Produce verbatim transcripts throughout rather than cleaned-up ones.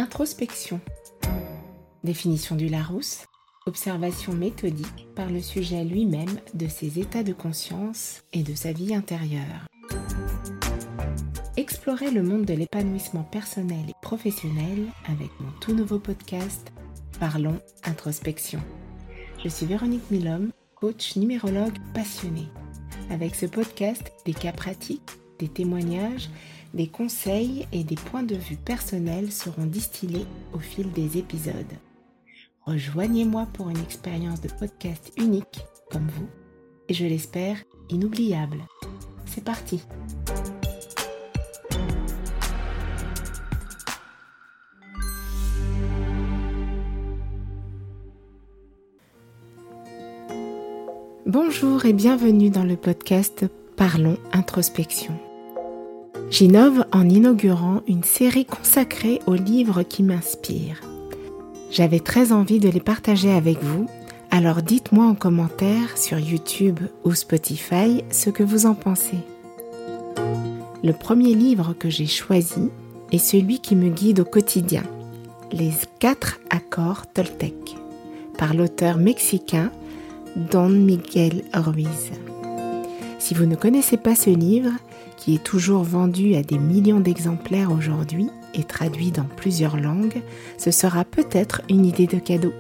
Introspection. Définition du Larousse, observation méthodique par le sujet lui-même de ses états de conscience et de sa vie intérieure. Explorez le monde de l'épanouissement personnel et professionnel avec mon tout nouveau podcast Parlons Introspection. Je suis Véronique Milhomme, coach numérologue passionnée. Avec ce podcast, des cas pratiques, des témoignages, des conseils et des points de vue personnels seront distillés au fil des épisodes. Rejoignez-moi pour une expérience de podcast unique, comme vous, et je l'espère, inoubliable. C'est parti! Bonjour et bienvenue dans le podcast Parlons Introspection. J'innove en inaugurant une série consacrée aux livres qui m'inspirent. J'avais très envie de les partager avec vous, alors dites-moi en commentaire sur YouTube ou Spotify ce que vous en pensez. Le premier livre que j'ai choisi est celui qui me guide au quotidien, Les quatre accords Toltec, par l'auteur mexicain Don Miguel Ruiz. Si vous ne connaissez pas ce livre, qui est toujours vendu à des millions d'exemplaires aujourd'hui et traduit dans plusieurs langues, ce sera peut-être une idée de cadeau.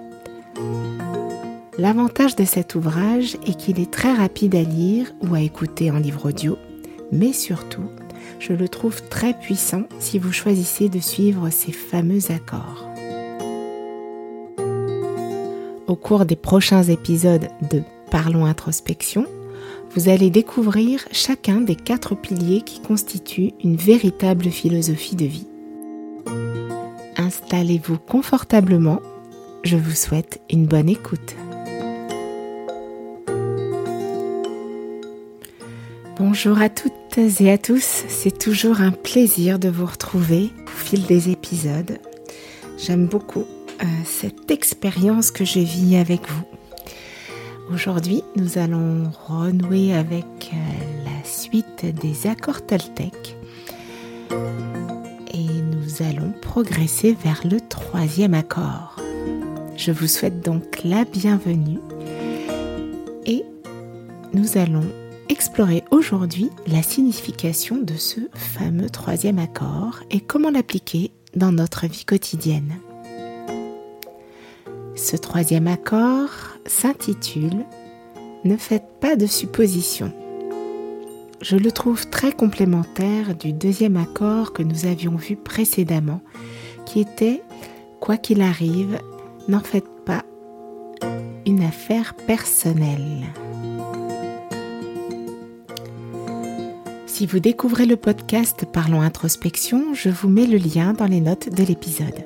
L'avantage de cet ouvrage est qu'il est très rapide à lire ou à écouter en livre audio, mais surtout, je le trouve très puissant si vous choisissez de suivre ces fameux accords. Au cours des prochains épisodes de Parlons Introspection, vous allez découvrir chacun des quatre piliers qui constituent une véritable philosophie de vie. Installez-vous confortablement, je vous souhaite une bonne écoute. Bonjour à toutes et à tous, c'est toujours un plaisir de vous retrouver au fil des épisodes. J'aime beaucoup euh, cette expérience que je vis avec vous. Aujourd'hui, nous allons renouer avec euh, la suite des accords Toltec et nous allons progresser vers le troisième accord. Je vous souhaite donc la bienvenue et nous allons explorer aujourd'hui la signification de ce fameux troisième accord et comment l'appliquer dans notre vie quotidienne. Ce troisième accord s'intitule « Ne faites pas de suppositions ». Je le trouve très complémentaire du deuxième accord que nous avions vu précédemment, qui était « Quoi qu'il arrive, n'en faites pas une affaire personnelle ». Si vous découvrez le podcast Parlons Introspection, je vous mets le lien dans les notes de l'épisode.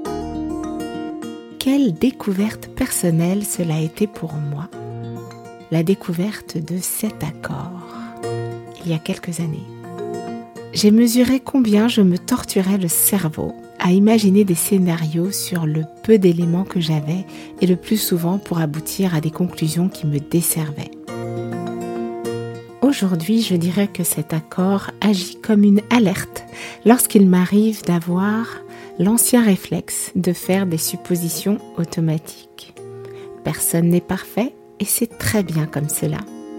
Quelle découverte personnelle cela a été pour moi, la découverte de cet accord, il y a quelques années. J'ai mesuré combien je me torturais le cerveau à imaginer des scénarios sur le peu d'éléments que j'avais et le plus souvent pour aboutir à des conclusions qui me desservaient. Aujourd'hui, je dirais que cet accord agit comme une alerte lorsqu'il m'arrive d'avoir l'ancien réflexe de faire des suppositions automatiques. Personne n'est parfait et c'est très bien comme cela.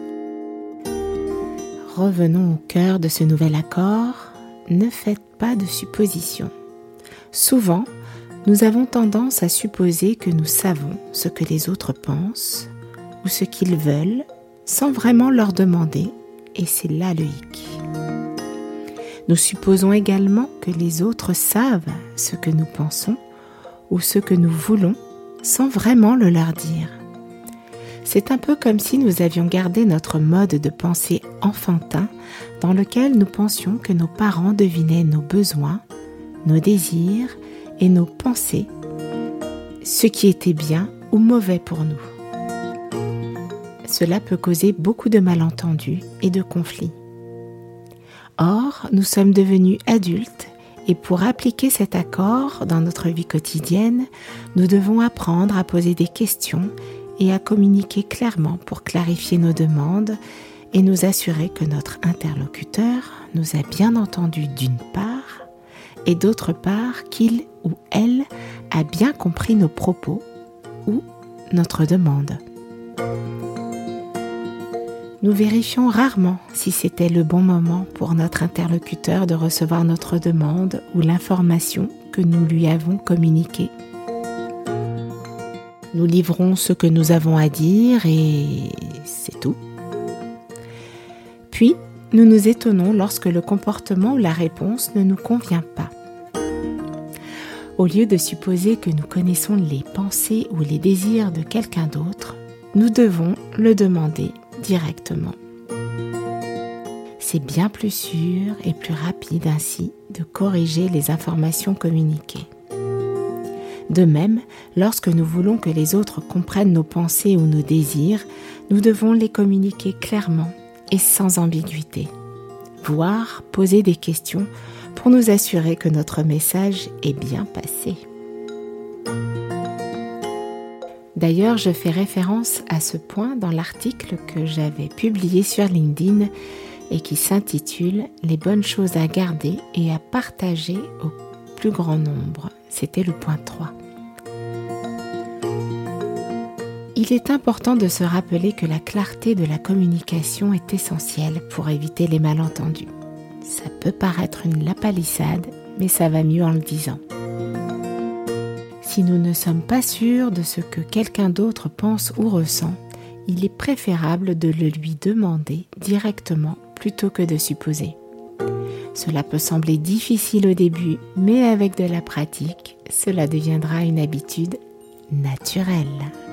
Revenons au cœur de ce nouvel accord. Ne faites pas de suppositions. Souvent, nous avons tendance à supposer que nous savons ce que les autres pensent ou ce qu'ils veulent sans vraiment leur demander, et c'est là le hic. Nous supposons également que les autres savent ce que nous pensons ou ce que nous voulons sans vraiment le leur dire. C'est un peu comme si nous avions gardé notre mode de pensée enfantin dans lequel nous pensions que nos parents devinaient nos besoins, nos désirs et nos pensées, ce qui était bien ou mauvais pour nous. Cela peut causer beaucoup de malentendus et de conflits. Or, nous sommes devenus adultes et pour appliquer cet accord dans notre vie quotidienne, nous devons apprendre à poser des questions et à communiquer clairement pour clarifier nos demandes et nous assurer que notre interlocuteur nous a bien entendus d'une part et d'autre part qu'il ou elle a bien compris nos propos ou notre demande. Nous vérifions rarement si c'était le bon moment pour notre interlocuteur de recevoir notre demande ou l'information que nous lui avons communiquée. Nous livrons ce que nous avons à dire et c'est tout. Puis, nous nous étonnons lorsque le comportement ou la réponse ne nous convient pas. Au lieu de supposer que nous connaissons les pensées ou les désirs de quelqu'un d'autre, nous devons le demander directement. C'est bien plus sûr et plus rapide ainsi de corriger les informations communiquées. De même, lorsque nous voulons que les autres comprennent nos pensées ou nos désirs, nous devons les communiquer clairement et sans ambiguïté, voire poser des questions pour nous assurer que notre message est bien passé. D'ailleurs, je fais référence à ce point dans l'article que j'avais publié sur LinkedIn et qui s'intitule « Les bonnes choses à garder et à partager au plus grand nombre ». C'était le point trois. Il est important de se rappeler que la clarté de la communication est essentielle pour éviter les malentendus. Ça peut paraître une lapalissade, mais ça va mieux en le disant. Si nous ne sommes pas sûrs de ce que quelqu'un d'autre pense ou ressent, il est préférable de le lui demander directement plutôt que de supposer. Cela peut sembler difficile au début, mais avec de la pratique, cela deviendra une habitude naturelle.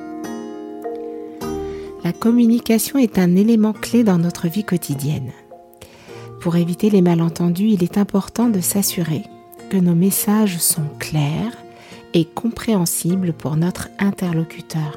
La communication est un élément clé dans notre vie quotidienne. Pour éviter les malentendus, il est important de s'assurer que nos messages sont clairs et compréhensibles pour notre interlocuteur.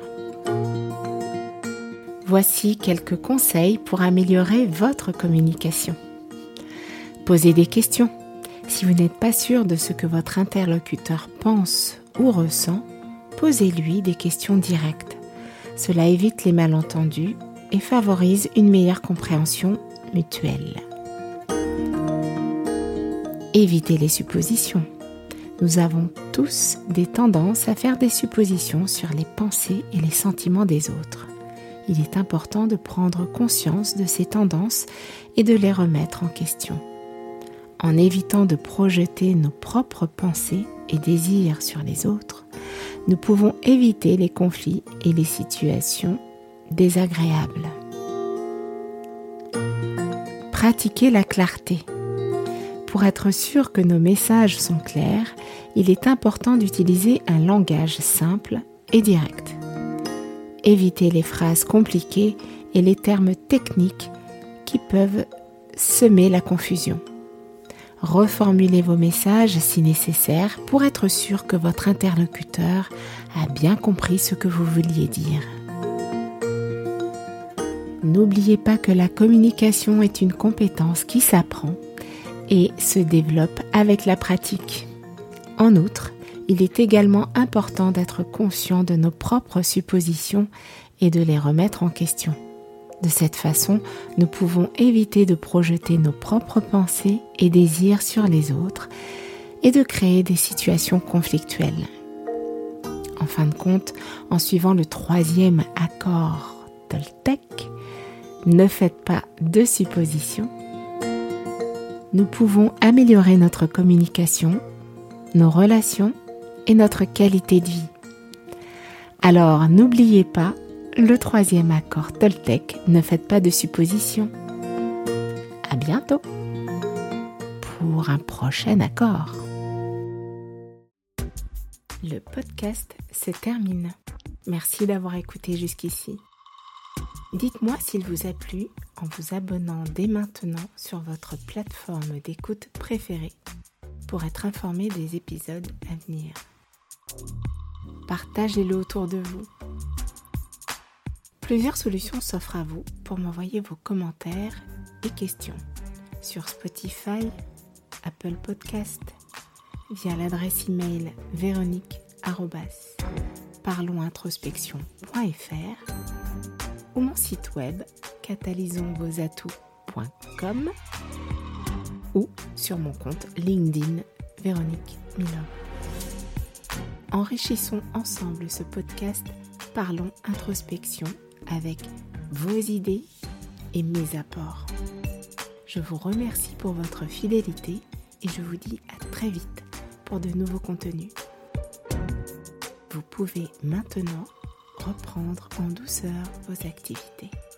Voici quelques conseils pour améliorer votre communication. Posez des questions. Si vous n'êtes pas sûr de ce que votre interlocuteur pense ou ressent, posez-lui des questions directes. Cela évite les malentendus et favorise une meilleure compréhension mutuelle. Évitez les suppositions. Nous avons tous des tendances à faire des suppositions sur les pensées et les sentiments des autres. Il est important de prendre conscience de ces tendances et de les remettre en question. En évitant de projeter nos propres pensées et désirs sur les autres, nous pouvons éviter les conflits et les situations désagréables. Pratiquez la clarté. Pour être sûr que nos messages sont clairs, il est important d'utiliser un langage simple et direct. Évitez les phrases compliquées et les termes techniques qui peuvent semer la confusion. Reformulez vos messages si nécessaire pour être sûr que votre interlocuteur a bien compris ce que vous vouliez dire. N'oubliez pas que la communication est une compétence qui s'apprend et se développe avec la pratique. En outre, il est également important d'être conscient de nos propres suppositions et de les remettre en question. De cette façon, nous pouvons éviter de projeter nos propres pensées et désirs sur les autres et de créer des situations conflictuelles. En fin de compte, en suivant le troisième accord Toltec, ne faites pas de suppositions, nous pouvons améliorer notre communication, nos relations et notre qualité de vie. Alors, n'oubliez pas le troisième accord Toltec, ne faites pas de suppositions. À bientôt pour un prochain accord. Le podcast se termine. Merci d'avoir écouté jusqu'ici. Dites-moi s'il vous a plu en vous abonnant dès maintenant sur votre plateforme d'écoute préférée pour être informé des épisodes à venir. Partagez-le autour de vous. Plusieurs solutions s'offrent à vous pour m'envoyer vos commentaires et questions sur Spotify, Apple Podcast, via l'adresse email véronique arobase parlons introspection point f r ou mon site web catalysons vos atouts point com ou sur mon compte LinkedIn Véronique Milon. Enrichissons ensemble ce podcast Parlons Introspection avec vos idées et mes apports. Je vous remercie pour votre fidélité et je vous dis à très vite pour de nouveaux contenus. Vous pouvez maintenant reprendre en douceur vos activités.